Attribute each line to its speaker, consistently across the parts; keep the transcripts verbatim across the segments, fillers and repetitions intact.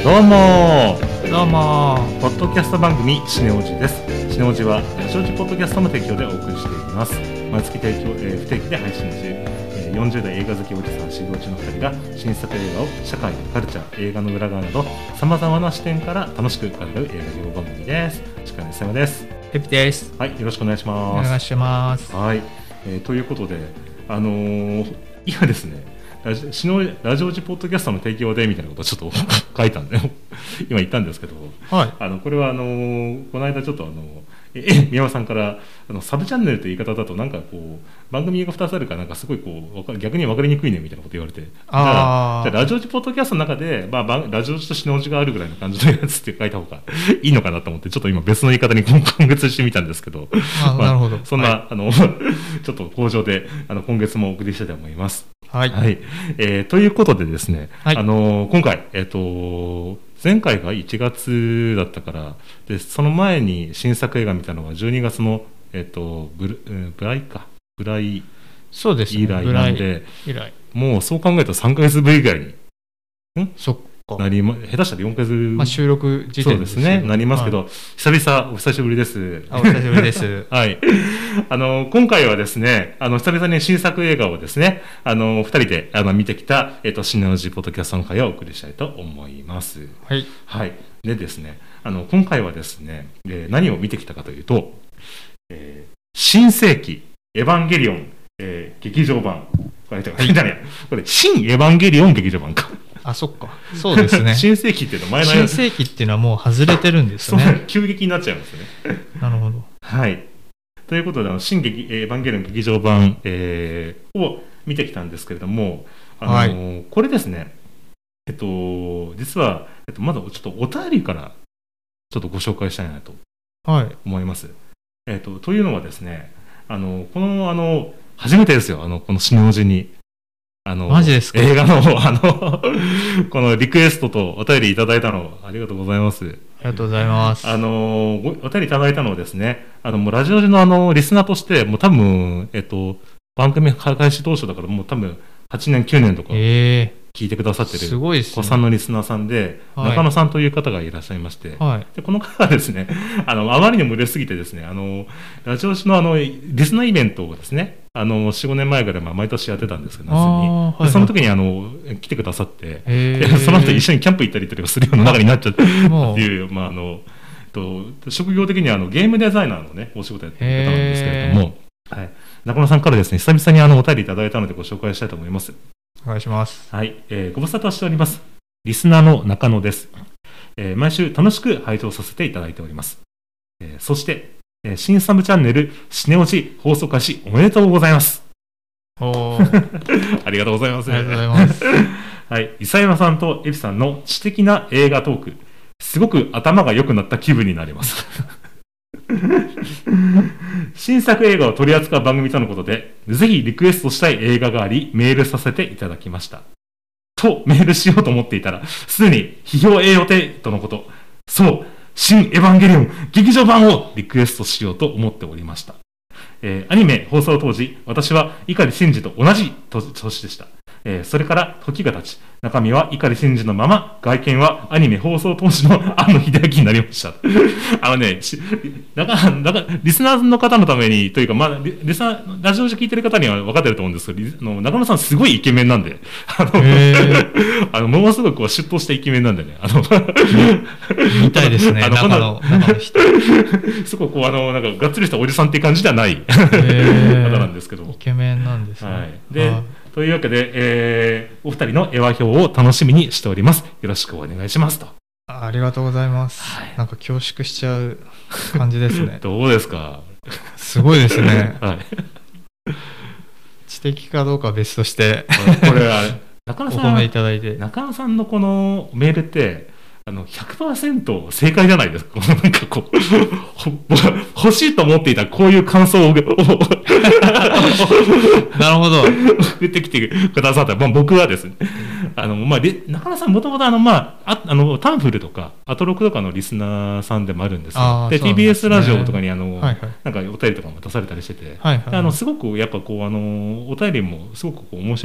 Speaker 1: どうも
Speaker 2: どうも
Speaker 1: ポッドキャスト番組シネオジです。シネオジはラジオジポッドキャストの提供でお送りしています。毎月提供、えー、不定期で配信中、えー、よんじゅう代映画好きおじさん修行中のふたりが新作映画を社会、カルチャー、映画の裏側などさまざまな視点から楽しく語る映画業番組です。司会の磯山です。
Speaker 2: ペピです。
Speaker 1: はい、よろしくお願いします。
Speaker 2: お願いします。
Speaker 1: はい、えー、ということであのー、今ですねラジラジオジポッドキャストの提供でみたいなことをちょっと書いたんで今言ったんですけど、
Speaker 2: はい、
Speaker 1: あのこれはあのこの間ちょっとあのえ宮間さんからあのサブチャンネルという言い方だとなんかこう番組がふたつあるからなんかすごいこうわか逆に分かりにくいねみたいなこと言われて、あじゃあラジオジポッドキャストの中で、まあ、ラジオジとシネオジがあるぐらいの感じのやつって書いた方がいいのかなと思ってちょっと今別の言い方に今月してみたんですけど、
Speaker 2: あ、まあ、なるほど。
Speaker 1: そんな、
Speaker 2: はい、
Speaker 1: あのちょっと向上であの今月もお送りしたいと思います。
Speaker 2: はい、
Speaker 1: はいえー、ということでですね、
Speaker 2: はい、
Speaker 1: あの今回、えー、と前回がいちがつだったからでその前に新作映画見たのはじゅうにがつの、えー、とブル、ブライかブライ
Speaker 2: そうですね、
Speaker 1: 以来なんで
Speaker 2: 以来
Speaker 1: もうそう考えるとさんかげつぶりぐらいにん
Speaker 2: そっか
Speaker 1: なり、ま、下手したらよんかげつ、
Speaker 2: まあ、収録時点
Speaker 1: ですねなりますけど、はい、久々お久しぶりです。
Speaker 2: あお久しぶりです
Speaker 1: はいあの今回はですねあの久々に新作映画をですねあのふたりであの見てきた、えっと、シネオジポッドキャストの会をお送りしたいと思います。
Speaker 2: はい、
Speaker 1: はい、でですねあの今回はですね、えー、何を見てきたかというと、えー、新世紀エヴァンゲリオン、えー、劇場版これ、はい、これ新エヴァンゲリオン劇場版か
Speaker 2: あ、そっか。そうですね。
Speaker 1: 新世紀っていうの前の
Speaker 2: 新世紀っていうのはもう外れてるんですね。
Speaker 1: 急激になっちゃうんですね。
Speaker 2: なるほど。
Speaker 1: はい。ということで、あの新劇エヴァンゲリオン劇場版、えー、を見てきたんですけれども、あのーはい、これですね、えっと、実は、えっと、まだちょっとお便りからちょっとご紹介したいなと思います。はい、えっと、というのはですね、あのこの、あの、初めてですよ、あのこのシネオジに。あの
Speaker 2: マジですか？
Speaker 1: 映画のあのこのリクエストとお便りいただいたのありがとうございます。あり
Speaker 2: がとうございます。
Speaker 1: あのお便りいただいたのはですね、あのもうラジオのあのリスナーとしてもう多分えっと番組開始当初だからもう多分はちねんきゅうねんとか聞いてくださってる子さんのリスナーさんで、はい、中野さんという方がいらっしゃいまして、はい、でこの方はですねあのあまりにも嬉しすぎてですねあのラジオのあのリスナーイベントをですねあの よん、ごねんまえぐらいまあ毎年やってたんですけど夏に、はいはい、その時にあの来てくださってでその後一緒にキャンプ行ったりとかするような中になっちゃったっていう、まああのと職業的にはあのゲームデザイナーのねお仕事やってる方なんですけれども、はい、中野さんからですね久々にあのお便りいただいたのでご紹介したいと思います。
Speaker 2: お願いします。
Speaker 1: はい、えー、ご無沙汰しております。リスナーの中野です。えー、毎週楽しく拝聴させていただいております。えー、そして新サブチャンネルシネオジ放送開始おめでとうございます。
Speaker 2: お
Speaker 1: ありがとうございます。
Speaker 2: ありがとうございます。
Speaker 1: はい、伊佐山さんとエピさんの知的な映画トーク、すごく頭が良くなった気分になります。新作映画を取り扱う番組とのことで、ぜひリクエストしたい映画があり、メールさせていただきました。とメールしようと思っていたら、すでに批評栄養定とのこと。そう。新エヴァンゲリオン劇場版をリクエストしようと思っておりました。えー、アニメ放送当時、私は碇シンジと同じ年でした。えー、それから時が経ち、中身は碇シンジのまま、外見はアニメ放送当時の庵野秀明になりました。あのね、だからだからリスナーの方のためにというか、まあ、リスナーラジオで聞いてる方には分かってると思うんですけど、あの中野さんすごいイケメンなんで、あのあのものすごくこうシュッとしたイケメンなんでね、あの
Speaker 2: 見たいですね。あの中の中の人。
Speaker 1: すごくこうあのなんかがっつりしたおじさんっていう感じではない方なんですけど、
Speaker 2: イケメンなんですね。
Speaker 1: はい、でというわけで、えー、お二人のエヴァ表を楽しみにしております。よろしくお願いしますと。
Speaker 2: ありがとうございます。はい、なんか恐縮しちゃう感じですね。
Speaker 1: どうですか。
Speaker 2: すごいですね。
Speaker 1: はい、
Speaker 2: 知的かどうかは別として、
Speaker 1: これは中野さん、
Speaker 2: お褒めいただいて、
Speaker 1: 中野さんのこのメールって。あの ひゃくパーセント 正解じゃないですか。なんかこう欲しいと思っていたこういう感想をなる
Speaker 2: ほど
Speaker 1: 言ってきてくださった、まあ、僕はですねあの、まあ、中野さんもともとあの、まあ、ああのタンフルとかアトロクとかのリスナーさんでもあるんですよ。で ティービーエス ラジオとかにあの、はいはい、なんかお便りとかも出されたりしてて、はいはいはい、あのすごくやっぱこうあのお便りもすごくこう面白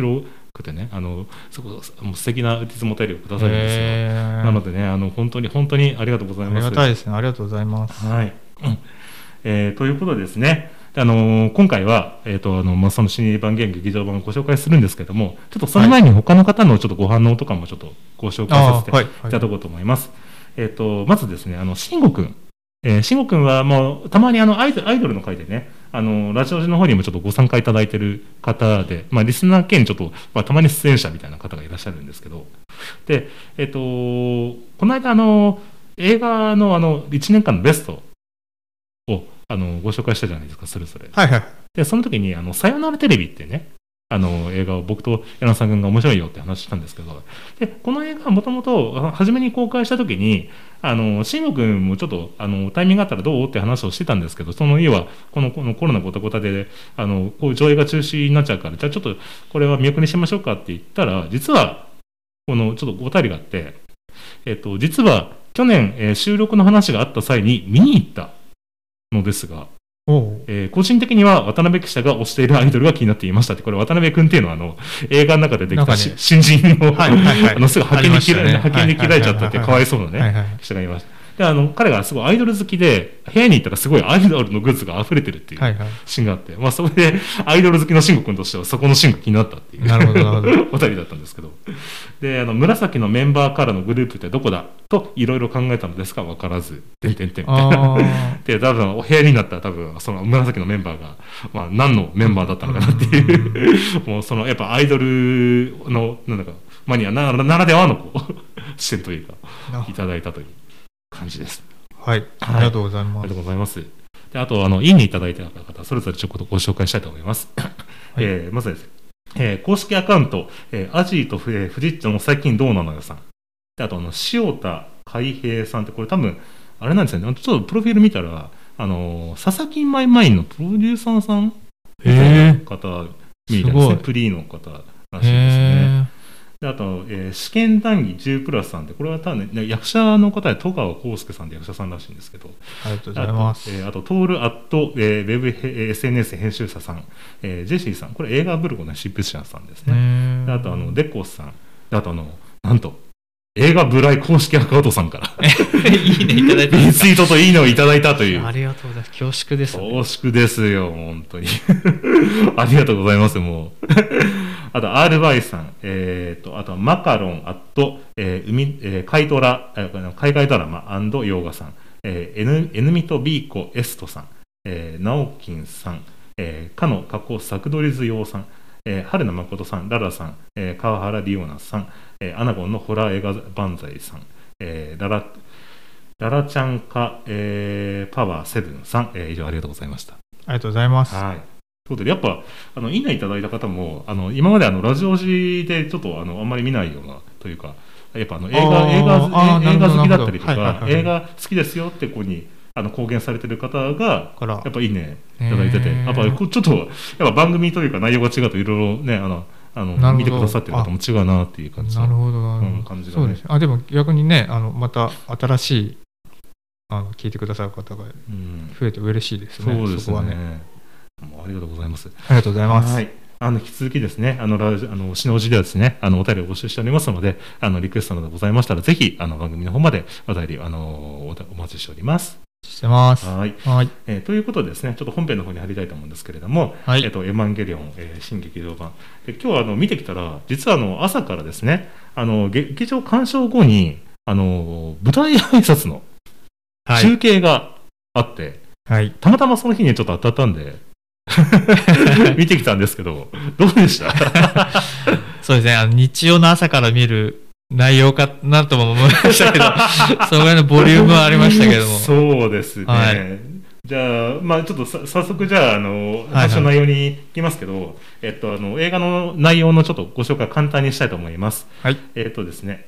Speaker 1: くてね、あのそこもう素敵ないつもお便りをくださるんですよ。なのでね、あの本当に本当にありがとうございます。
Speaker 2: ありがたいですね。ありがとうございます。
Speaker 1: はい、うんえー、ということでですね、あのー、今回は、えーとあのまあ、その新エヴァンゲリオン劇場版をご紹介するんですけども、ちょっとその前に他の方のちょっとご反応とかもちょっとご紹介させていただこうと思います。はいはい、えーとまずですね、あの慎吾くん、えー、慎吾くんはもうたまにあのアイドアイドルの会でね、あのラジオ時の方にもちょっとご参加いただいている方で、まあ、リスナー兼ちょっと、まあ、たまに出演者みたいな方がいらっしゃるんですけど、で、えーとこの間あの映画のあのいちねんかんのベストをあのご紹介したじゃないですか、それぞれ。
Speaker 2: はいはい。
Speaker 1: で、その時に、あの、さよならテレビってね、あの、映画を僕と柳さん君が面白いよって話したんですけど、で、この映画はもともと、初めに公開した時に、あの、慎吾君もちょっと、あの、タイミングがあったらどうって話をしてたんですけど、その家は、この、このコロナごたごたで、あの、こう上映が中止になっちゃうから、じゃあちょっと、これは見送りにしましょうかって言ったら、実は、この、ちょっとお便りがあって、えっと、実は、去年、えー、収録の話があった際に見に行ったのですが、えー、個人的には渡辺記者が推しているアイドルが気になっていましたって、これ渡辺君っていうのはあの映画の中でできた、ね、新人の、はいはいはい、あのすぐ派遣で切ら、ね、派遣で切られちゃったってかわいそうなね、はいはい、記者がいました。であの彼がすごいアイドル好きで、部屋に行ったらすごいアイドルのグッズが溢れてるっていうシーンがあって、はいはい、まあ、それでアイドル好きの慎吾君としてはそこのシーンが気になったっていうなるほどなるほどお便りだったんですけど、であの紫のメンバーからのグループってどこだといろいろ考えたのですが分からず、てんてんてんみたいな。で多分お部屋になったら多分その紫のメンバーが、まあ、何のメンバーだったのかなっていうもうそのやっぱアイドルのなんだかマニアなならではのこう視点というかいただいたという感じです。
Speaker 2: はい、ありがとうございます。
Speaker 1: ありがとうございます。であとあのいいねいただいた方それぞれちょっとご紹介したいと思います。はい、えー、まずですね、えー、公式アカウント、えー、アジーとフジッチョの最近どうなのよさん。であとあの塩田海平さんってこれ多分あれなんですよね。ちょっとプロフィール見たらあの佐々木マイマインのプロデューサーさんみたいな方みたいですね。プリーの方らしいですね。であと、えー、試験談義じゅうプラスさんってこれは多分、ね、役者の方で戸川浩介さんって役者さんらしいんですけど、
Speaker 2: ありがとうございます。
Speaker 1: あと、えー、あとトールアット、えー、ウェブ エスエヌエス 編集者さん、えー、ジェシーさん、これ映画ブルゴのシップシャーさんですね。であとあのデコスさん、であとあのなんと映画ブライ公式アカウントさんから
Speaker 2: いいねいただいた
Speaker 1: リツイートといいねをいただいたという。
Speaker 2: ありがとうございます。恐縮です、ね、
Speaker 1: 恐縮ですよ本当にありがとうございますもうあと アールワイ さん、えー、とあとマカロンアット、えー海えー、海ドラ海外ドラマ&洋画さん、えー、N, N ミトビーコエストさん、えー、ナオキンさん、えー、かの加工作取り図用さん、えー、春名誠さん、ララさん、えー、川原リオナさん、えー、アナゴンのホラー映画万歳さん、えー、ララララちゃんか、えー、パワーセブンさん、えー、以上ありがとうございました。
Speaker 2: ありがとうございます。
Speaker 1: はい。ということでやっぱあのいいねいただいた方もあの今まであのラジオ時でちょっとあのあんまり見ないようなというか、やっぱあの映画映画映画好きだったりとか、はいはいはい、映画好きですよってここにあの公言されてる方がやっぱいいねいただいてて、やっぱちょっとやっぱ番組というか内容が違うといろいろねあのあの見てくださってる方も違うなっていう感じの
Speaker 2: なるほどなるほど、うん、感じがね。そうです。あでも逆にねあのまた新しいあの聞いてくださる方が増えて嬉しいですね。
Speaker 1: うん、そうですね。
Speaker 2: そこはね。
Speaker 1: もうありがとうございます。
Speaker 2: ありがとうございます。
Speaker 1: はい。あの引き続きですね、あのラジあのしのうじではですね、あのお便りを募集しておりますので、あのリクエストなどございましたらぜひあの番組の方までお便りあの お, お待ちしております。
Speaker 2: してます。
Speaker 1: はい。はい、えー、ということでですね、ちょっと本編の方に入りたいと思うんですけれども、はい、えっ、ー、とエヴァンゲリオン、えー、新劇場版で今日はあの見てきたら実はあの朝からですね、あの劇場鑑賞後にあの舞台挨拶の中継があって、はい、たまたまその日にちょっと当たったんで見てきたんですけどどうでした
Speaker 2: そうですね、あの日曜の朝から見る内容かなとも思いましたけどそのぐらいのボリュームはありましたけども
Speaker 1: そうですね、はい、じゃあ、まあ、ちょっとさ早速じゃああの話の内容にいきますけど、はいはい、えっと、あの映画の内容のちょっとご紹介簡単にしたいと思います。はい、えっとですね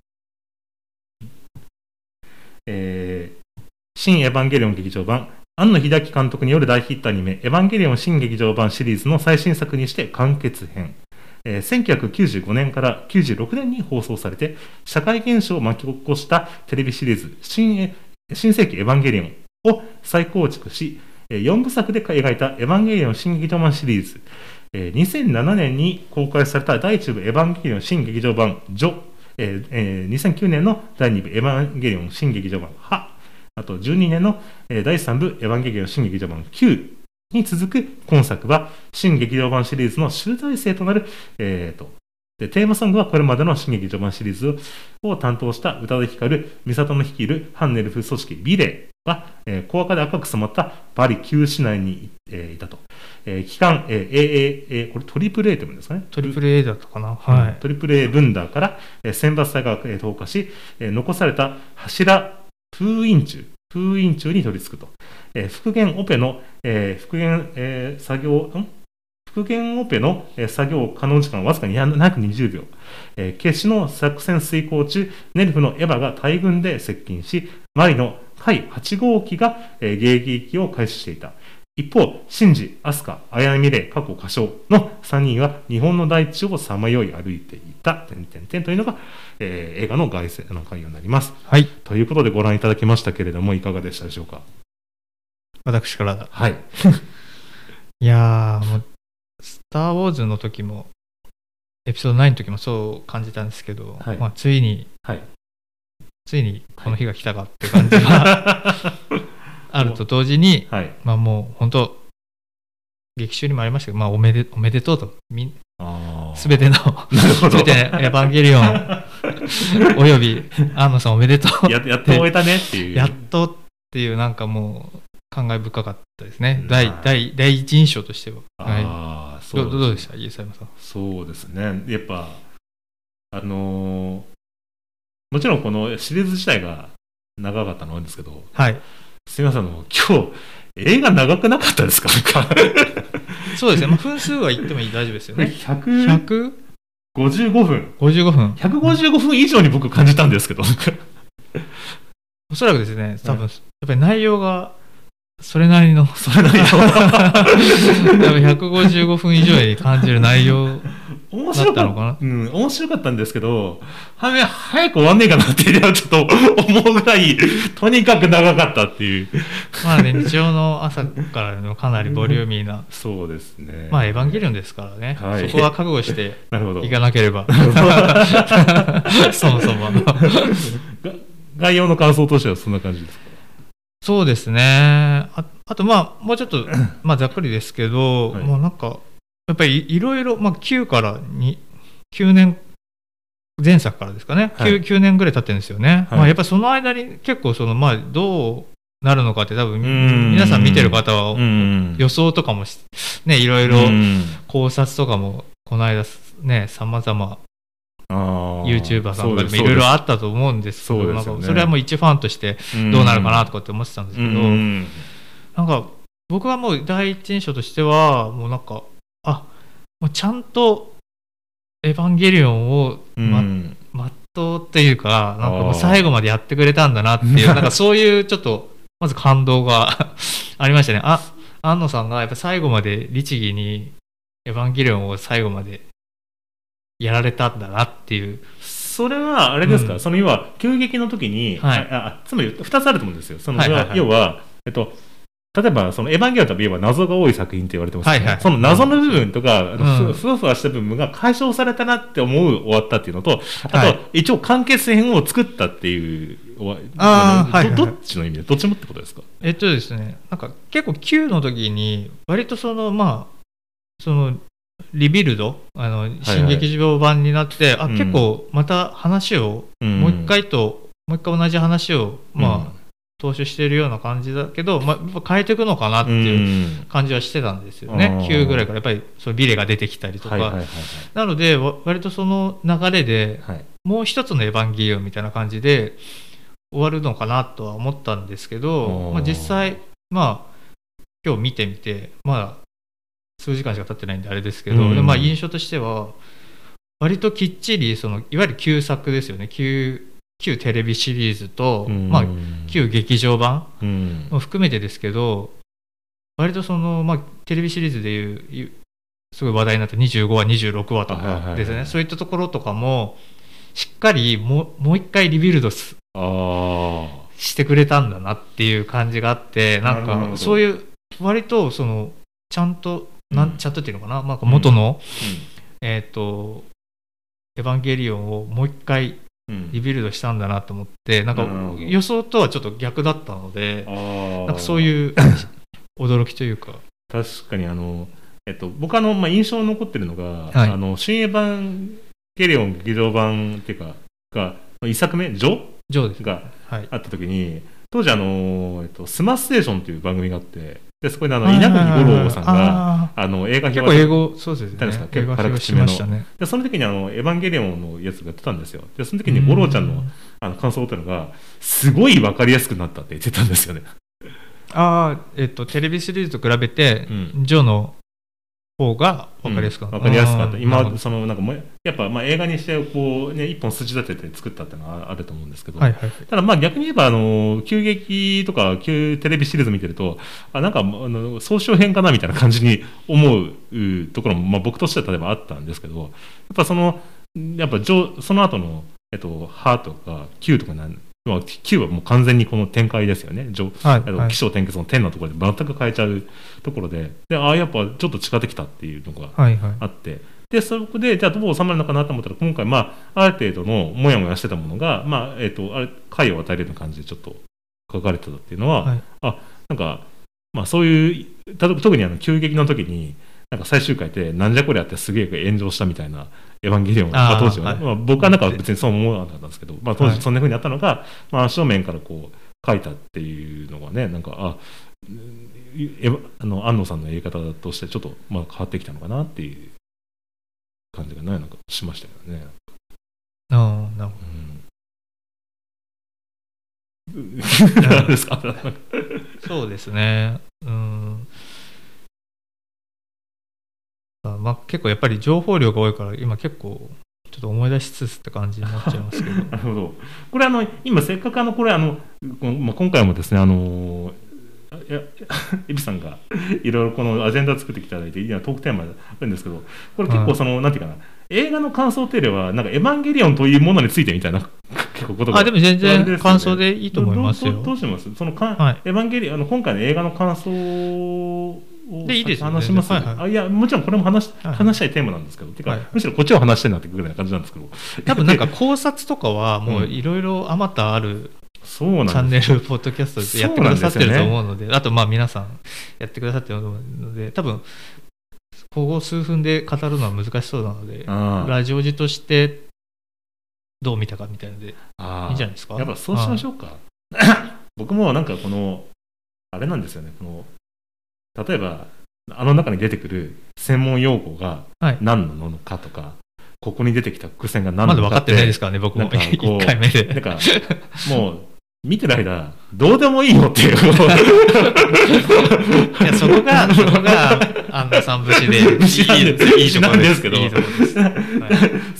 Speaker 1: えー、新エヴァンゲリオン劇場版庵野秀明監督による大ヒットアニメエヴァンゲリオン新劇場版シリーズの最新作にして完結編、えー、せんきゅうひゃくきゅうじゅうごねんからきゅうじゅうろくねんに放送されて社会現象を巻き起こしたテレビシリーズ 新, 新世紀エヴァンゲリオンを再構築しよんぶさくで描いたエヴァンゲリオン新劇場版シリーズ、 えーにせんななねんに公開された第いち部エヴァンゲリオン新劇場版ジョ、えーえーにせんきゅうねんのだいに部エヴァンゲリオン新劇場版ハ、あとじゅうにねんの、えーだいさん部エヴァンゲリオン新劇場版キューに続く今作は新劇場版シリーズの集大成となる、えーとでテーマソングはこれまでの新劇場版シリーズを担当した宇多田ヒカル、ミサトの率いる反ネルフ組織ビレーが、えー、小赤で赤く染まったパリ旧市内に、えー、いたと。えー、期間、えー、エーエーエー、これトリプル A というんですかね。
Speaker 2: トリプル A だったかな。はい。
Speaker 1: トリプル A 分断から、えー、選抜隊が、えー、投下し、えー、残された柱封印中、封印中に取り付くと。えー、復元オペの、えー、復元、えー、作業、ん復元オペの作業可能時間はわずかにひゃくにじゅうびょう。えー、決死の作戦遂行中、ネルフのエヴァが大軍で接近し、マリの海はち号機が、えー、迎撃を開始していた。一方、シンジ、アスカ、アヤミレイ、過去歌唱のさんにんは日本の大地をさまよい歩いていた、点々点というのが、えー、映画の概要の概要になります。
Speaker 2: はい。
Speaker 1: ということでご覧いただきましたけれども、いかがでしたでしょうか。
Speaker 2: 私からだ。
Speaker 1: はい。
Speaker 2: いやー、もう、スター・ウォーズの時も、エピソードナインの時もそう感じたんですけど、
Speaker 1: はい、
Speaker 2: まあ、ついに、
Speaker 1: はい、
Speaker 2: ついにこの日が来たかっていう感じがあると同時に、
Speaker 1: はい、
Speaker 2: まあもう本当、劇中にもありましたけど、まあおめで、おめでとうと、すべての、すべてエヴァンゲリオン、および安野さんおめでとう
Speaker 1: や。やっと終えたねっていう。
Speaker 2: やっとっていう、なんかもう、感慨深かったですね。第、第、第一印象としては。はい。あそうど, どうでした家山さん。
Speaker 1: そうですね。やっぱ、あのー、もちろんこのシリーズ自体が長かったのなんですけど、
Speaker 2: はい。
Speaker 1: すみません、あの、今日、映画長くなかったですか
Speaker 2: そうですね。まあ、分数は言ってもいい大丈夫ですよね。
Speaker 1: ひゃくごじゅうごふん。
Speaker 2: ごじゅうごふん。
Speaker 1: ひゃくごじゅうごふん以上に僕感じたんですけど。
Speaker 2: おそらくですね、多分、やっぱり内容が、それなりの、
Speaker 1: それなりの
Speaker 2: 多分ひゃくごじゅうごふん以上に感じる内容
Speaker 1: 面白かったのかな、うん、面白かったんですけど、はめ早く終わんねえかなってちょっと思うぐらい、とにかく長かったっていう。
Speaker 2: まあね、日曜の朝からのかなりボリューミーな、
Speaker 1: そうですね。
Speaker 2: まあ、エヴァンゲリオンですからね、はい、そこは覚悟していかなければ、そもそも
Speaker 1: 概要の感想としてはそんな感じですか。
Speaker 2: そうですね。あ, あと、まあ、もうちょっと、まあ、ざっくりですけど、はい、まあ、なんか、やっぱりいろいろ、まあ、きゅうからにきゅうねん、前作からですかね、はい、9, きゅうねんぐらい経ってるんですよね。はい、まあ、やっぱりその間に結構その、まあ、どうなるのかって多分皆さん見てる方は予想とかもね、いろいろ考察とかもこの間ね、さまざまYouTuber さんとかでもいろいろあったと思うんですけど、なんかそれはもう一ファンとしてどうなるかなとかって思ってたんですけど、なんか僕はもう第一印象としてはもうなんか、あ、もうちゃんとエヴァンゲリオンをま、全うっていうか、なんかもう最後までやってくれたんだなっていう、なんかそういうちょっとまず感動がありましたね。あ、安野さんがやっぱ最後まで律儀にエヴァンゲリオンを最後までやられたんだなっていう。
Speaker 1: それはあれですか、うん、その要は急激の時に、はい、あつまりふたつあると思うんですよ。その、はいはいはい、要は、えっと、例えばそのエヴァンゲリオンといえば謎が多い作品って言われてますけど、ね、はいはい、その謎の部分とか、うん、ふ, ふわふわした部分が解消されたなって思う終わったっていうのと、あと、はい、一応完結編を作ったっていうああ、はいはい、ど, どっちの意味でどっちもってことですか。
Speaker 2: えっとですね、なんか結構きゅうの時に割とそのまあそのリビルド、あの新劇場版になって、はいはい、あ、うん、結構また話を、うん、もう一回ともう一回同じ話をまあ、うん、踏襲しているような感じだけど、まあ、やっぱ変えていくのかなっていう感じはしてたんですよね、うん、きゅうぐらいからやっぱりそのビレが出てきたりとか、はいはいはいはい、なので割とその流れで、はい、もう一つのエヴァンゲリオンみたいな感じで終わるのかなとは思ったんですけど、まあ、実際まあ今日見てみてまあ数時間しか経ってないんであれですけど、うん、でまあ、印象としては割ときっちりそのいわゆる旧作ですよね、旧、旧テレビシリーズと、うんまあ、旧劇場版も含めてですけど、割とその、まあ、テレビシリーズでいうすごい話題になったにじゅうごわにじゅうろくわとかですね、はいはいはい、そういったところとかもしっかりもう、もう一回リビルドすしてくれたんだなっていう感じがあって、なんかそういう割とそのちゃんとなんちゃったっていうのかな、まあ、元の、うん、えっ、ー、とエヴァンゲリオンをもう一回リビルドしたんだなと思って、うん、なんか予想とはちょっと逆だったので、なんかそういう驚きというか。
Speaker 1: 確かにあの、えっと、僕あの、まあ、印象に残ってるのが、はい、あの新エヴァンゲリオン劇場版っていうかがいっさくめジョ
Speaker 2: ジョー
Speaker 1: があった時に、はい、当時あの、えっと、スマステーションという番組があって、でそこであの稲垣吾郎さんがあの映画
Speaker 2: 結構英語そうですね
Speaker 1: 結構辛口めの、ね、でその時にあのエヴァンゲリオンのやつがやってたんですよ。でその時に吾郎ちゃんのあの感想というのがすごい分かりやすくなったって言ってたんですよね。
Speaker 2: ああ、えっとテレビシリーズと比べて、うん、ジョーの方が分かりやすかった、
Speaker 1: うん、分かりやすかった。今そのなんかもやっぱまあ映画にしてこうね一本筋立てて作ったっていうのはあると思うんですけど、はいはい、ただまあ逆に言えばあの急激とか旧テレビシリーズ見てるとあなんかあの総集編かなみたいな感じに思うところも、まあ、僕としては例えばあったんですけど、やっぱそのやっぱその後のえっとハとかQとかなんQ はもう完全にこの展開ですよね。はいはい、起承転結の点のところで全く変えちゃうところで、でああやっぱちょっと近づきたっていうのがあって、はいはい、でそこでじゃあどう収まるのかなと思ったら今回まあある程度のもやもやしてたものがまあえっ、ー、とあれ回を与えるような感じでちょっと書かれてたっていうのは、はい、あなんかまあそういう特にあの急激の時になんか最終回ってなんじゃこりゃってすげえ炎上したみたいなエヴァンゲリオンが当時はね、はいまあ、僕はなんか別にそう思わなかったんですけど、まあ、当時そんな風にあったのが、はいまあ、正面からこう書いたっていうのがねなんかあえあの安野さんのやり方としてちょっとまあ変わってきたのかなっていう感じがないなんかしましたよね。
Speaker 2: ああなるほど。うん、ですかそうですね。うんまあ、結構やっぱり情報量が多いから今結構ちょっと思い出しつつって感じになっちゃいますけど
Speaker 1: なるほど。これあの今せっかくあのこれあの、まあ、今回もですねあのいやエビさんがいろいろこのアジェンダ作っていただいて今トークテーマあるんですけどこれ結構その、はい、なんていうかな映画の感想というよりはなんかエヴァンゲリオンというものについてみたいな結構ことが
Speaker 2: あでも全然感想でいいと思いますよ。
Speaker 1: どう、どうしますそのか、はい、エヴァンゲリオンあの今回の映画の感想
Speaker 2: でいいですよね。
Speaker 1: 話します、ねはいはい、あいやもちろんこれも話、はいはい、話したいテーマなんですけど、てか、はいはい、むしろこっちを話したいなってぐらいな感じなんですけど
Speaker 2: 多分なんか考察とかはもういろいろあまたある、そうなんですチャンネルポッドキャストでやってくださってると思うので、あとまあ皆さんやってくださってるので多分ここ数分で語るのは難しそうなのでラジオ時としてどう見たかみたいなのでいいんじゃないですか。
Speaker 1: やっぱそうしましょうか僕もなんかこのあれなんですよねこの例えばあの中に出てくる専門用語が何なのかとか、はい、ここに出てきた伏線が何なのかってまだ分かってないですからね僕もいっかいめでなんかもう見てる間どうでもいいよっていうい
Speaker 2: やそこがそこが安田さん節でいいいいところですけどいいところです、はい、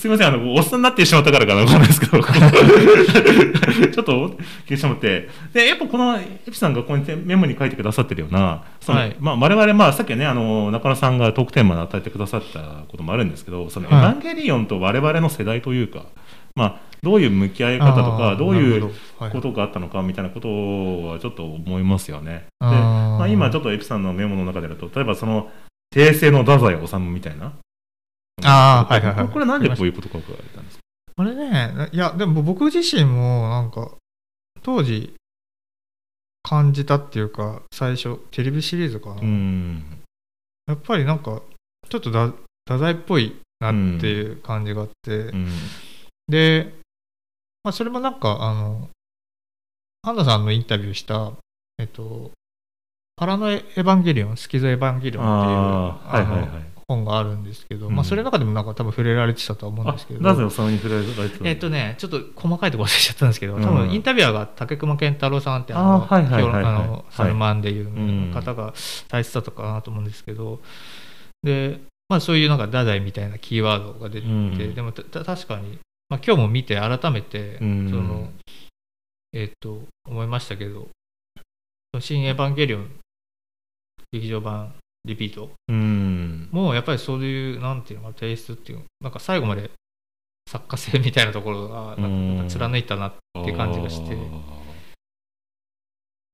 Speaker 1: すいませんあのおっさんになってしまったからかな分かんないですけどちょっと気にしてもらってでやっぱこのエピさんがここにメモに書いてくださってるようなその、はいまあ、我々、まあ、さっきはねあの中野さんがトークテーマで与えてくださったこともあるんですけどそのエヴァンゲリオンと我々の世代というか、まあどういう向き合い方とかどういうことがあったのかみたいなことはちょっと思いますよね。で、まあ、今ちょっとエピさんのメモの中であると例えばその平成の太宰治みたいな
Speaker 2: ああはいはいはい
Speaker 1: これなんでこういうこと書かれたんですか。
Speaker 2: これねいやでも僕自身もなんか当時感じたっていうか最初テレビシリーズかなうんやっぱりなんかちょっとだ太宰っぽいなっていう感じがあって、うんうん、でまあ、それもなんかあのハンナさんのインタビューした、えっと、パラノエヴァンゲリオンスキゾエヴァンゲリオンっていうあ、はいはいはい、本があるんですけど、うんまあ、それの中でもなんか多分触れられてたと思うんですけど
Speaker 1: なぜおさまに触れられてたの
Speaker 2: えっとねちょっと細かいところ忘れちゃったんですけど、うん、多分インタビュアーが竹熊健太郎さんってあの、はいはいはいはい、あのサルマンでいう方が大切だったかなと思うんですけど、で、まあ、そういうなんかダダイみたいなキーワードが出てて、うん、でもた確かにまあ、今日も見て改めてその、えー、と思いましたけど新エヴァンゲリオン劇場版リピートもうやっぱりそういうなんていうのかテイストっていうなんか最後まで作家性みたいなところがなんか貫いたなって感じがして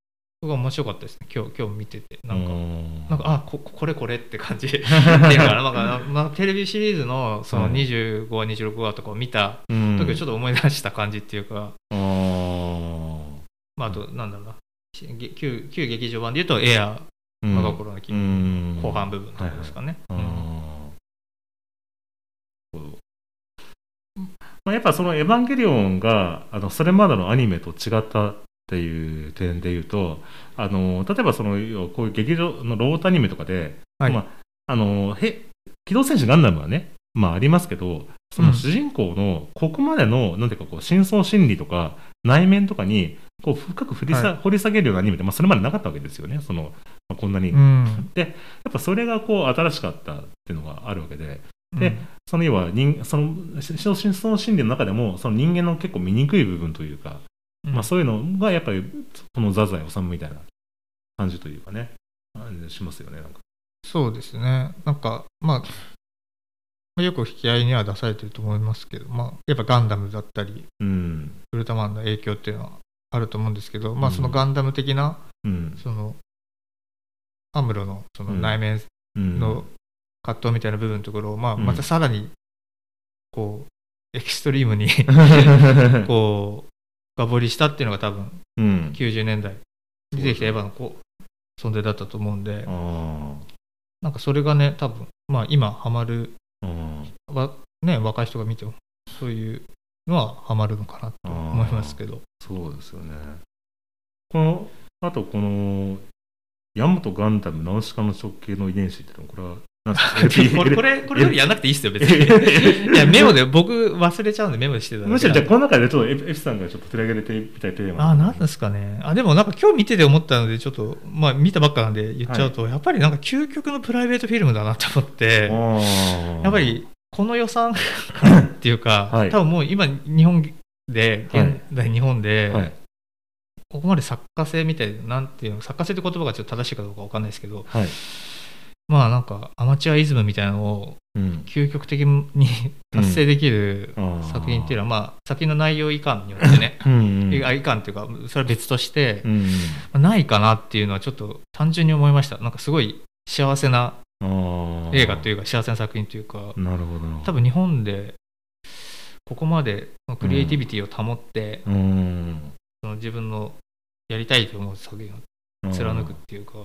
Speaker 2: 僕は面白かったですね、今日今日見てて、なんかなんかあここれこれって感じっていうかなんか、まあ、テレビシリーズのそのにじゅうごわにじゅうろくわとかを見た時をちょっと思い出した感じっていうか、うん、まあ、あとなんだろうな、旧旧劇場版でいうとエアー、我が心の君、後半部分とかですかね。
Speaker 1: まあ、やっぱそのエヴァンゲリオンがあのそれまでのアニメと違ったっていう点でいうと、あの例えばそのこういう劇場のロボットアニメとかで、はい、まあ、あのへ機動戦士ガンダムはね、まあ、ありますけど、その主人公のここまでの、うん、なんていうかこう深層心理とか内面とかにこう深く掘りさ、はい、掘り下げるようなアニメって、まあ、それまでなかったわけですよね。そのまあ、こんなに、うん、でやっぱそれがこう新しかったっていうのがあるわけで。で、うん、その要は人その深層心理の中でもその人間の結構醜い部分というか、うん、まあ、そういうのがやっぱりこの太宰治みたいな感じというかね、しますよね。なんか
Speaker 2: そうですね。なんかまあよく引き合いには出されてると思いますけど、まあ、やっぱガンダムだったり、うん、ウルトラマンの影響っていうのはあると思うんですけど、まあ、そのガンダム的な、うん、そのアムロのその内面の葛藤みたいな部分のところを、まあ、またさらにこうエキストリームにこう深掘りしたっていうのが多分、うん、きゅうじゅうねんだいに出てきたエヴァのこう存在だったと思うんで、なんかそれがね多分、まあ、今ハマる、ね、若い人が見てもそういうのはハマるのかなと思いますけど。
Speaker 1: そうですよね。このあとこのヤマトガンダムナウシカの直径の遺伝子っていうのはこれは
Speaker 2: これこれこれよりやんなくていいっすよ別に。いやメモで僕忘れちゃうんでメモでしてた。
Speaker 1: むしろじゃあこの中でちょっと F さんがちょっと取り上げてみたいテーマ。
Speaker 2: あ、なんですかね。あ、でもなんか今日見てて思ったのでちょっとまあ見たばっかなんで言っちゃうと、はい、やっぱりなんか究極のプライベートフィルムだなと思って、やっぱりこの予算感っていうか、はい、多分もう今日本で現代日本で、はいはい、ここまで作家性みたいな、なんていうの、作家性って言葉がちょっと正しいかどうかわかんないですけど。はい、まあなんかアマチュアイズムみたいなのを究極的に達成できる作品っていうのは、まあ作品の内容以下によってね、いかんっていうかそれは別としてないかなっていうのはちょっと単純に思いました。なんかすごい幸せな映画というか幸せな作品というか、
Speaker 1: なるほど、
Speaker 2: 多分日本でここまでクリエイティビティを保って、その自分のやりたいと思う作品を貫くっていうか、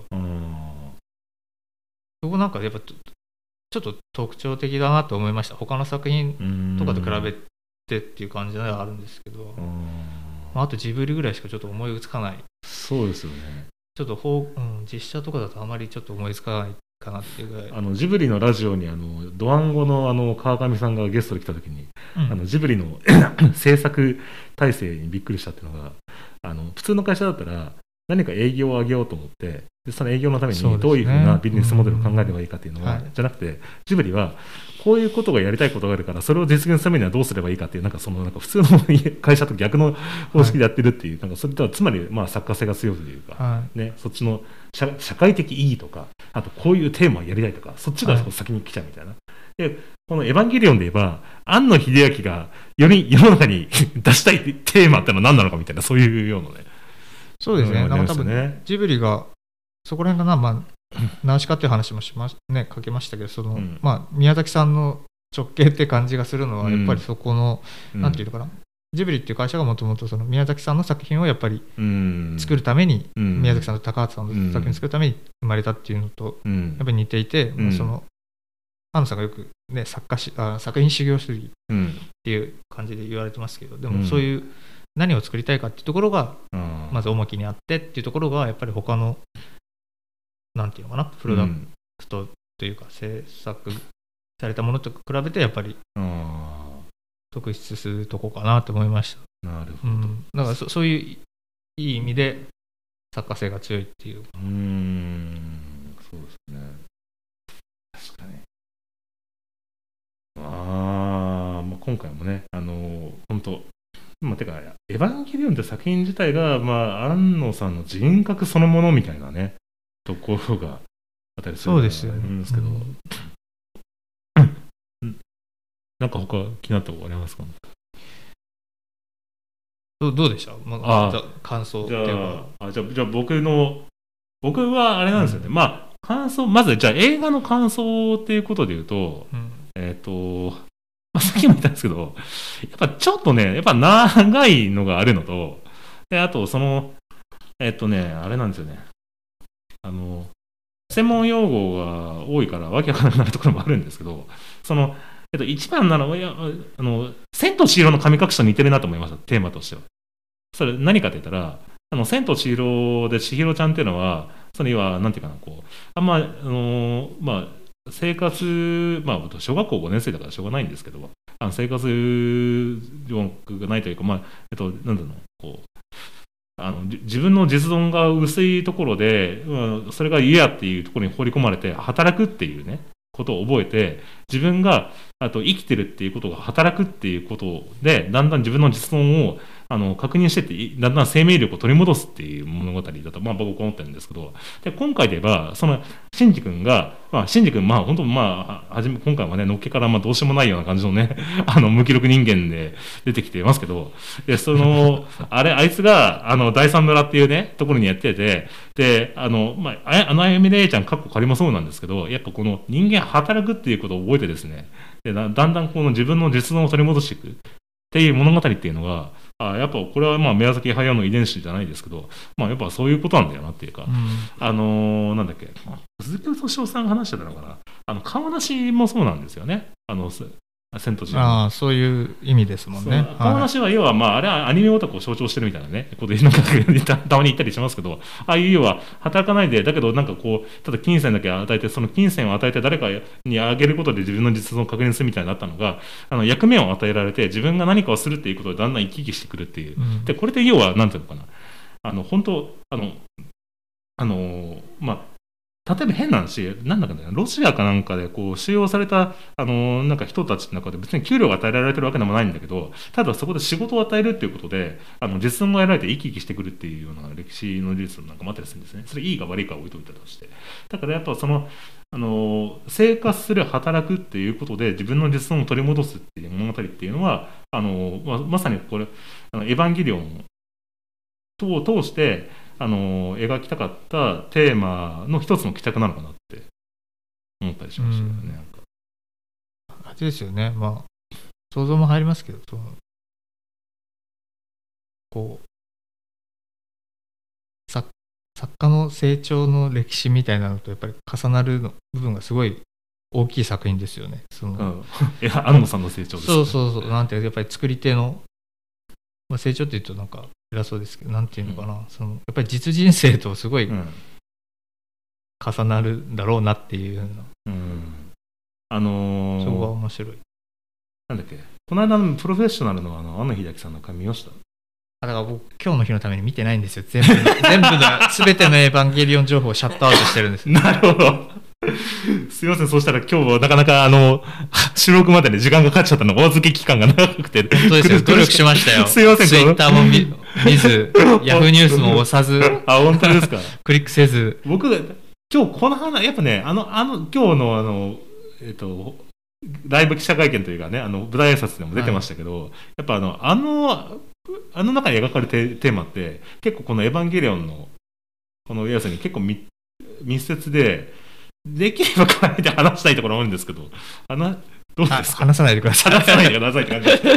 Speaker 2: そこなんかやっぱちょっと特徴的だなと思いました。他の作品とかと比べてっていう感じではあるんですけど、まあ、あとジブリぐらいしかちょっと思いつかない。
Speaker 1: そうですよね。
Speaker 2: ちょっと、うん、実写とかだとあまりちょっと思いつかないかなっていうぐらい。
Speaker 1: あのジブリのラジオにあのドワンゴのあの川上さんがゲストで来た時に、うん、あのジブリの制作体制にびっくりしたっていうのが、あの普通の会社だったら何か営業を上げようと思って、でその営業のためにどういうふうなビジネスモデルを考えればいいかっていうのは、うん、じゃなくてジブリはこういうことがやりたいことがあるからそれを実現するためにはどうすればいいかっていう、なんかそのなんか普通の会社と逆の方式でやってるっていう、はい、なんかそれとはつまりまあ作家性が強いというか、はいね、そっちの 社, 社会的意義とか、あとこういうテーマをやりたいとか、そっちが先に来ちゃうみたいな、はい、でこのエヴァンゲリオンで言えば庵野秀明がより世の中に出したいテーマってのは何なのかみたいな、そういうようなね。
Speaker 2: そうですね、なんか多分ジブリがそこら辺かな、まあ、ナウシカっていう話もしま、ね、かけましたけど、その、うん、まあ、宮崎さんの直系って感じがするのは、やっぱりそこの、うん、なんていうのかな、ジブリっていう会社がもともと宮崎さんの作品をやっぱり作るために、うん、宮崎さんと高畑さんの作品を作るために生まれたっていうのと、やっぱり似ていて、うん、その安野さんがよく、ね、作家しあ作品修行主義っていう感じで言われてますけど、でもそういう何を作りたいかっていうところがまず重きにあってっていうところがやっぱり他のなんていうのかな、プロダクトというか制作されたものと比べてやっぱり特筆するとこかなと思いました。
Speaker 1: なるほど、うん、
Speaker 2: だから そ, そういういい意味で作家性が強いっていう。うー
Speaker 1: ん、そうですね。確かに。あ、まあ、今回もね、あの本当まあ、てかエヴァンゲリオンって作品自体が、まあ、庵野さんの人格そのものみたいなねところがあったりするんですけど、うん、なんか他気になったことありますか？
Speaker 2: どどうでした、まあ、あ感想っていうか。
Speaker 1: あじゃあじゃあ僕の僕はあれなんですよね、うん、まあ感想まずじゃあ映画の感想っていうことで言うと、うん、えっ、ー、と、まあ、さっきも言ったんですけどやっぱちょっとねやっぱ長いのがあるのとであとそのえっ、ー、とねあれなんですよねあの専門用語が多いからわけわからなくなるところもあるんですけどそのえっと、一番なのは、いや、あの、千と千尋の神隠しと似てるなと思いました、テーマとしては。それ、何かと言ったら、あの、千と千尋で千尋ちゃんっていうのは、それは、なんていうかな、こう、あんま、あの、まあ、生活、まあ、小学校ごねん生だからしょうがないんですけど、あの生活力がないというか、まあ、えっと、なんだろう、こう、あの自分の実存が薄いところで、うん、それが嫌っていうところに放り込まれて、働くっていうね、ことを覚えて、自分があと生きてるっていうことが働くっていうことで、だんだん自分の実存をあの確認してって、だんだん生命力を取り戻すっていう物語だと、まあ、僕は思ってるんですけど、で今回で言えば、そのシンジ君が、まあ、シンジ君、まあ、本当、まあ、はじめ今回はね、のっけからまあどうしようもないような感じのね、あの無気力人間で出てきてますけど、でそのあれ、あいつがあの第三村っていうね、ところにやってて、で、あの、まあ、あのあゆみれいちゃん、かっこ仮もそうなんですけど、やっぱこの人間働くっていうことを覚えてですね、でだ, だんだんこの自分の実存を取り戻していくっていう物語っていうのが、あやっぱこれはまあ宮崎駿の遺伝子じゃないですけど、まあやっぱそういうことなんだよなっていうか、うん、あのー、なんだっけ、鈴木敏夫さんが話してたのかな、あの顔なしもそうなんですよね。あの千と千尋。
Speaker 2: ああ、そういう意味ですもんね。
Speaker 1: 顔なしは要は、まあ、あれはアニメオタクを象徴してるみたいなね、ことなんかた, たまに言ったりしますけど、ああいう要は、働かないで、だけどなんかこう、ただ金銭だけ与えて、その金銭を与えて誰かにあげることで自分の実存を確認するみたいになったのが、あの役目を与えられて、自分が何かをするっていうことでだんだん生き生きしてくるっていう。うん、で、これで要は、なんていうのかな、あの、本当、あの、あの、まあ、例えば変な話、なんだかね、ロシアかなんかでこう収容されたあのなんか人たちの中で別に給料が与えられてるわけでもないんだけど、ただそこで仕事を与えるっていうことで、あの実存が得られて生き生きしてくるっていうような歴史の事実なんかもあったりするんですね。それいいか悪いか置いといたとして。だからやっぱその、あの生活する、働くっていうことで自分の実存を取り戻すっていう物語っていうのは、あのままさにこれ、あのエヴァンゲリオンを通して、あの描きたかったテーマの一つの帰着なのかなって思ったりしましたよね。なんか
Speaker 2: あれですよね、まあ想像も入りますけど、そのこう作作家の成長の歴史みたいなのとやっぱり重なるの部分がすごい大きい作品ですよね。その、うん、
Speaker 1: いや安野さんの成長ですね。
Speaker 2: そうそうそう、なんていうかやっぱり作り手の、まあ、成長っていうとなんか偉そうですけど、なんていうのかな、うん、そのやっぱり実人生とすごい重なるんだろうなっていうの、うん、
Speaker 1: あのー、
Speaker 2: そこが面白い。
Speaker 1: なんだっけ、この間のプロフェッショナルのあの安野秀明さんの髪見ました？
Speaker 2: あ、だから僕今日の日のために見てないんですよ。全部全部の全てのエヴァンゲリオン情報をシャットアウトしてるんです。
Speaker 1: なるほど。すいません、そうしたら今日はなかなかあの収録までに時間がかかっちゃったの、お預け期間が長くて、
Speaker 2: 本当ですよ、努力しましたよ。
Speaker 1: すいません、
Speaker 2: ツイッターも 見, 見ず、ヤフーニュースも押さず、
Speaker 1: あ、本当ですか。
Speaker 2: クリックせず、
Speaker 1: 僕が今日この話、やっぱね、あのあの今日のあのえっとライブ記者会見というかね、あの舞台挨拶でも出てましたけど、はい、やっぱあのあのあの中に描かれるテーマって結構このエヴァンゲリオンのこの要するに結構密接で。できればこうやって話したいところもあるんですけど、あのどうですか？
Speaker 2: 話さないでください。
Speaker 1: 話さないでくださいって感じです。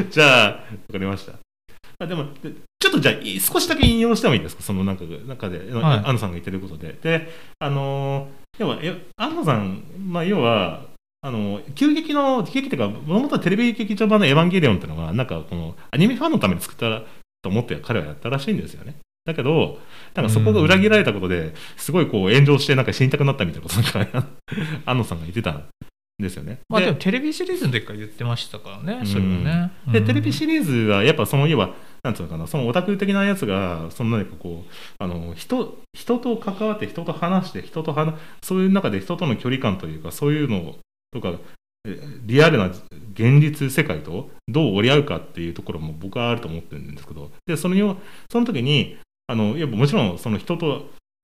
Speaker 1: じゃあ、わかりました。あでも、ちょっとじゃあ、少しだけ引用してもいいですか？その中で、中で、はい、安野さんが言ってることで。で、あの、要は、安野さん、まあ、要は、あの、急激の、急激というか、もともとテレビ劇場版のエヴァンゲリオンっていうのが、なんか、この、アニメファンのために作ったと思って彼はやったらしいんですよね。だけど、なんかそこが裏切られたことですごいこう炎上してなんか死にたくなったみたいなことなんか安野さんが言ってたんですよね。
Speaker 2: まあでもテレビシリーズの時から言ってましたからね、それはね。
Speaker 1: で、テレビシリーズはやっぱその要はなんつうのかな、そのオタク的なやつがその何かこうあの 人, 人と関わって人と話して人と話そういう中で人との距離感というかそういうのとかリアルな現実世界とどう折り合うかっていうところも僕はあると思ってるんですけど、でそのその時にあのやっぱもちろんその人と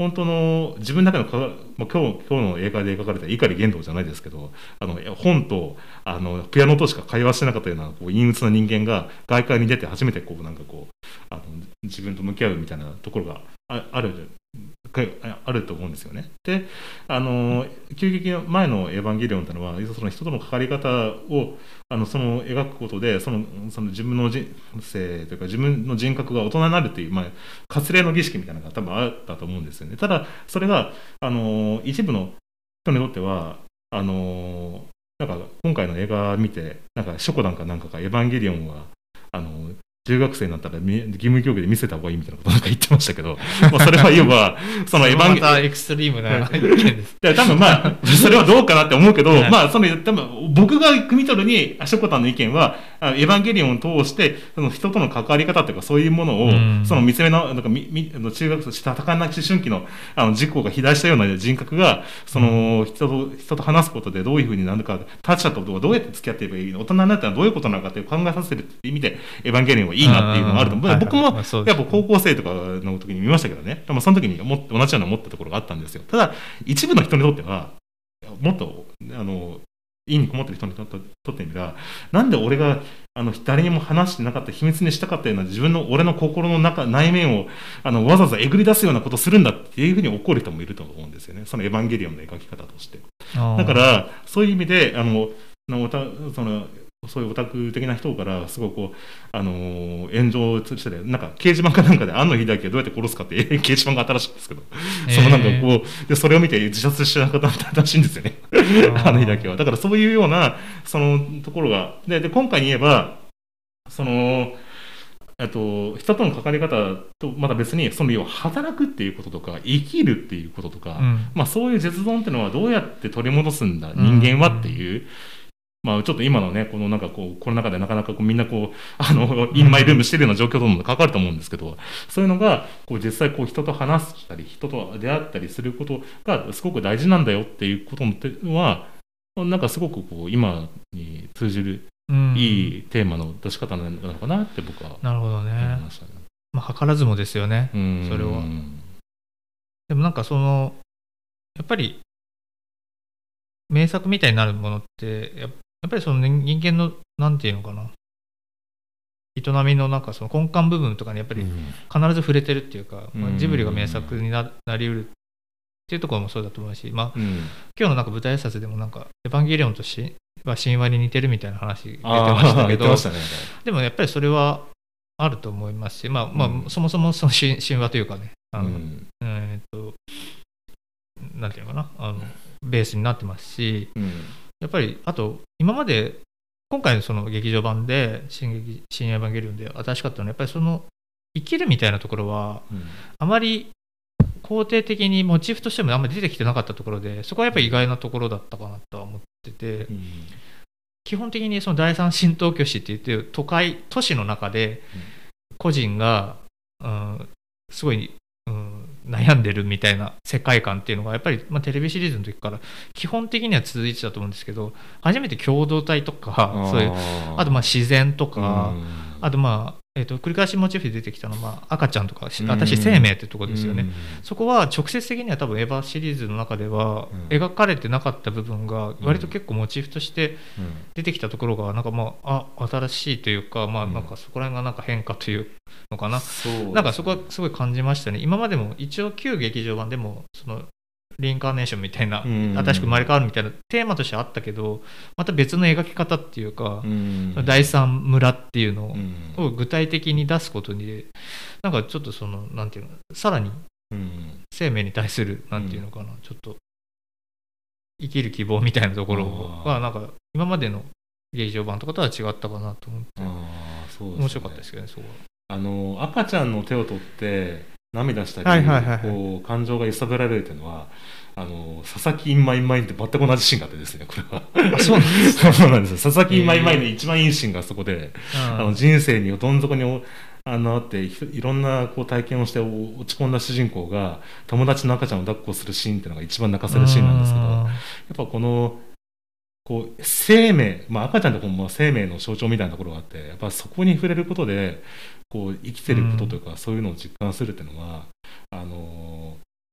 Speaker 1: 本当の自分の中のか、まあ、今日今日の映画で描かれた碇玄道じゃないですけど、あの本とあのピアノとしか会話してなかったようなこう陰鬱な人間が外界に出て初めてこうなんかこうあの自分と向き合うみたいなところが あ, あるあると思うんですよね。で、あの急激の前のエヴァンゲリオンというのはその人との関わり方をあのその描くことでそのその自分の人生というか自分の人格が大人になるという、まあ、割礼の儀式みたいなのが多分あったと思うんですよね。ただそれがあの一部の人にとってはあのなんか今回の映画を見てなんかショコなんかなんかがエヴァンゲリオンはあの中学生になったら義務教育で見せた方がいいみたいなことなんか言ってましたけど、まあそれは言えばそのエヴァンゲリオン
Speaker 2: またエクストリームな意見です。
Speaker 1: 多分まあそれはどうかなって思うけど、はい、まあその多分僕が汲み取るにショコタンの意見はエヴァンゲリオンを通してその人との関わり方というかそういうものを、うん、その見つめのなんかみみ中学生した多感な思春期のあの事故が肥大したような人格がその人と人と話すことでどういうふうになるか、他者とどうやって付き合っていけばいいの、大人になったらどういうことなのかという考えさせるっていう意味でエヴァンゲリオンはいいなっていうのがあると思う。僕もやっぱ高校生とかの時に見ましたけどね、でもその時にも同じような思ったところがあったんですよ。ただ一部の人にとってはもっとあの意にこもってる人にとってみれば、なんで俺があの誰にも話してなかった秘密にしたかったような自分の俺の心の中内面をあのわざわざえぐり出すようなことをするんだっていうふうに怒る人もいると思うんですよね、そのエヴァンゲリオンの描き方として。だからそういう意味であのそのそういうオタク的な人からすごいこう、あのー、炎上してて、なんか掲示板かなんかで庵野秀明をどうやって殺すかって掲示板が新しいんですけど、えー、そのなんかこうでそれを見て自殺しなかったらしいんですよね、庵野秀明は。だからそういうようなそのところが で, で今回に言えばそのえっと、人との関わり方とまた別にその要は働くっていうこととか生きるっていうこととか、うんまあ、そういう絶存っていうのはどうやって取り戻すんだ人間はっていう、うんまあ、ちょっと今のねこのなんかこうコロナ禍でなかなかこうみんなこうあのインマイルームしてるような状況とも関わると思うんですけど、そういうのがこう実際こう人と話したり人と出会ったりすることがすごく大事なんだよっていうことはなんかすごくこう今に通じるいいテーマの出し方なのかなって僕は
Speaker 2: なるほどね。思いましたね。まあ図らずもですよね、それは。でもなんかそのやっぱり名作みたいになるものってやっぱりその人間のなんていうのかな営みのなんかその根幹部分とかにやっぱり必ず触れてるっていうか、まあ、ジブリが名作に な, なりうるっていうところもそうだと思うし、まあ、今日のなんか舞台挨拶でもなんかエヴァンゲリオンとしは神話に似てるみたいな話出てましたけど、ね、でもやっぱりそれはあると思いますし、まあまあ、うん、そもそもその神話というかねあの、うんえー、っとなんていうのかなあのベースになってますし、うん、やっぱりあと今まで今回のその劇場版で新劇新エヴァンゲリオンで新しかったのはやっぱりその生きるみたいなところは、うん、あまり肯定的にモチーフとしてもあんまり出てきてなかったところで、そこはやっぱり意外なところだったかなとは思ってて、うん、基本的にその第三新東京市って言って都会都市の中で個人が、うん、すごい、うん、悩んでるみたいな世界観っていうのがやっぱり、まあ、テレビシリーズの時から基本的には続いてたと思うんですけど、初めて共同体とかそういうあとまあ自然とか、あとまあえー、と繰り返しモチーフで出てきたのは、まあ、赤ちゃんとか私生命ってところですよね。そこは直接的には多分エヴァシリーズの中では描かれてなかった部分が割と結構モチーフとして出てきたところがなんかまああ新しいというか、まあなんかそこら辺がなんか変化というのかな、なんかそこはすごい感じましたね。今までも一応旧劇場版でもそのリインカーネーションみたいな、新しく生まれ変わるみたいなテーマとしてあったけど、また別の描き方っていうか、第三村っていうのを具体的に出すことに、なんかちょっとそのなんていうの、さらに生命に対するなんていうのかな、ちょっと生きる希望みたいなところがなんか今までの劇場版とかとは違ったかなと思って、あそうですね、面白かったですけどね。そう
Speaker 1: あの赤ちゃんの手を取って涙したり、はいはいはいはい、こう感情が揺さぶられるというのはあの佐々木インマインマインって全く同じシーンがあってですね、これはあそうなんですかそうなんです。佐々木インマインマインの一番いいシーンがそこで、えー、あの人生にどん底にあのあっていろんなこう体験をして落ち込んだ主人公が友達の赤ちゃんを抱っこするシーンっていうのが一番泣かせるシーンなんですけど、やっぱこのこう生命、まあ、赤ちゃんとかも生命の象徴みたいなところがあって、やっぱそこに触れることでこう生きてることというか、うん、そういうのを実感するっていうのはあの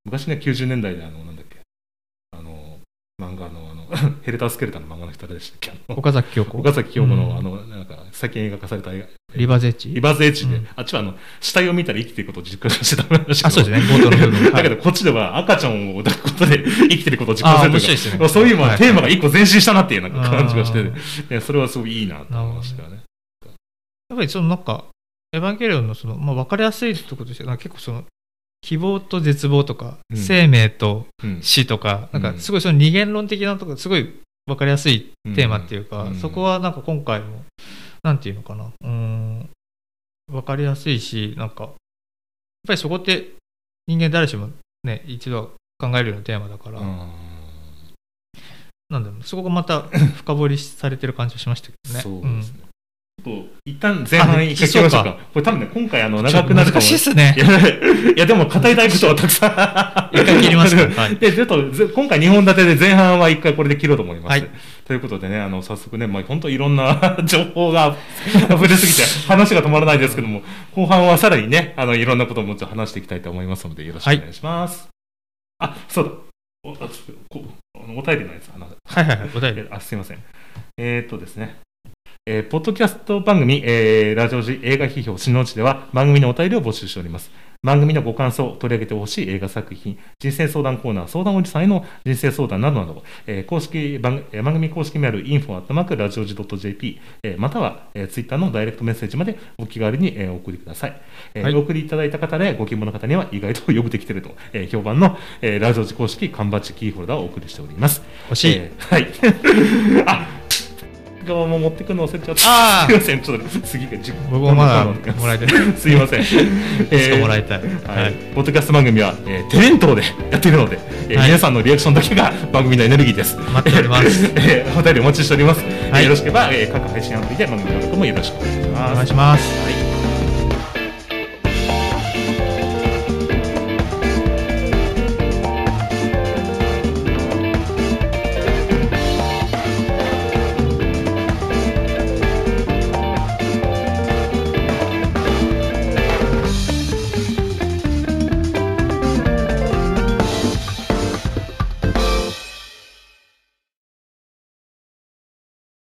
Speaker 1: 昔ね、きゅうじゅうねんだいであの、なんだっけ、あの、漫画の、あの、ヘルタースケルタンの漫画の人でしたっけ、
Speaker 2: 岡崎京子。
Speaker 1: 岡崎京子の、
Speaker 2: うん、
Speaker 1: あの、なんか、最近映画化された映画。
Speaker 2: リバーズエッジ
Speaker 1: リバーズエッジで、
Speaker 2: うん、
Speaker 1: あっちはあの、死体を見たら生きていることを実感してた話ですけど。
Speaker 2: あ、そうですね、冒頭の部分。
Speaker 1: だけど、こっちでは赤ちゃんを抱くことで生きていることを実感するというか、
Speaker 2: ですね、
Speaker 1: そういう、まあ、
Speaker 2: はい、
Speaker 1: テーマが一個前進したなっていうなんか感じがして、ね、それはすごいいいなと思いましたよね。
Speaker 2: やっぱりそのなんか、エヴァンゲリオンのその、まあ、分かりやすいところとして、結構その、希望と絶望とか、うん、生命と死とか、うん、なんかすごいその二元論的なところ、すごい分かりやすいテーマっていうか、うん、そこはなんか今回も、なんていうのかな、うーん、分かりやすいし、なんか、やっぱりそこって人間誰しもね、一度は考えるようなテーマだから、うん、なんだろう、そこがまた深掘りされてる感じがしましたけどね。
Speaker 1: そうですね。うん、一旦前半一回切りましょうか。これ多分ね、今回あの長くなるかも。
Speaker 2: 難しいっすね。
Speaker 1: いや、でも語りたいことはたくさ
Speaker 2: ん。一回切りますか。はい、
Speaker 1: で、ちょっと今回にほん立てで前半は一回これで切ろうと思います。はい、ということでね、あの早速ね、まあ、本当いろんな情報が溢れすぎて話が止まらないですけども、後半はさらにね、あのいろんなことをもうちょっと話していきたいと思いますので、よろしくお願いします。はい、あ、そうだ。お, あこあのお便りのやつ、
Speaker 2: はいはいはい、お便り。
Speaker 1: あ、すいません。えー、っとですね。えー、ポッドキャスト番組、えー、ラジオ時映画批評しのうちでは番組のお便りを募集しております。番組のご感想、取り上げてほしい映画作品、人生相談コーナー、相談おじさんへの人生相談などなど、えー、公式番番組公式メール、インフォアットマークラジオジ .jp、えー、または、えー、ツイッターのダイレクトメッセージまでお気軽に、えー、お送りください。えーはい、お送りいただいた方でご希望の方には意外とよくできていると、えー、評判の、えー、ラジオ時公式缶バッジキーホルダーをお送りしております。
Speaker 2: 欲しい。
Speaker 1: えー、はい。あ側も持ってくるの忘れちゃった。
Speaker 2: あ
Speaker 1: すいません、ちょっと次が自己
Speaker 2: 僕もまだもらえてる。
Speaker 1: すいません。
Speaker 2: えー、もらいたい。
Speaker 1: はい。ポッドキャスト番組は、えー、テレントでやっているので、えーはい、皆さんのリアクションだけが番組のエネルギーです。
Speaker 2: 待っております。
Speaker 1: えー、お便りお待ちしております。はい、よろしければ、えー、各配信アプリで番組登録もよろしくお願いします。
Speaker 2: お願いします。はい。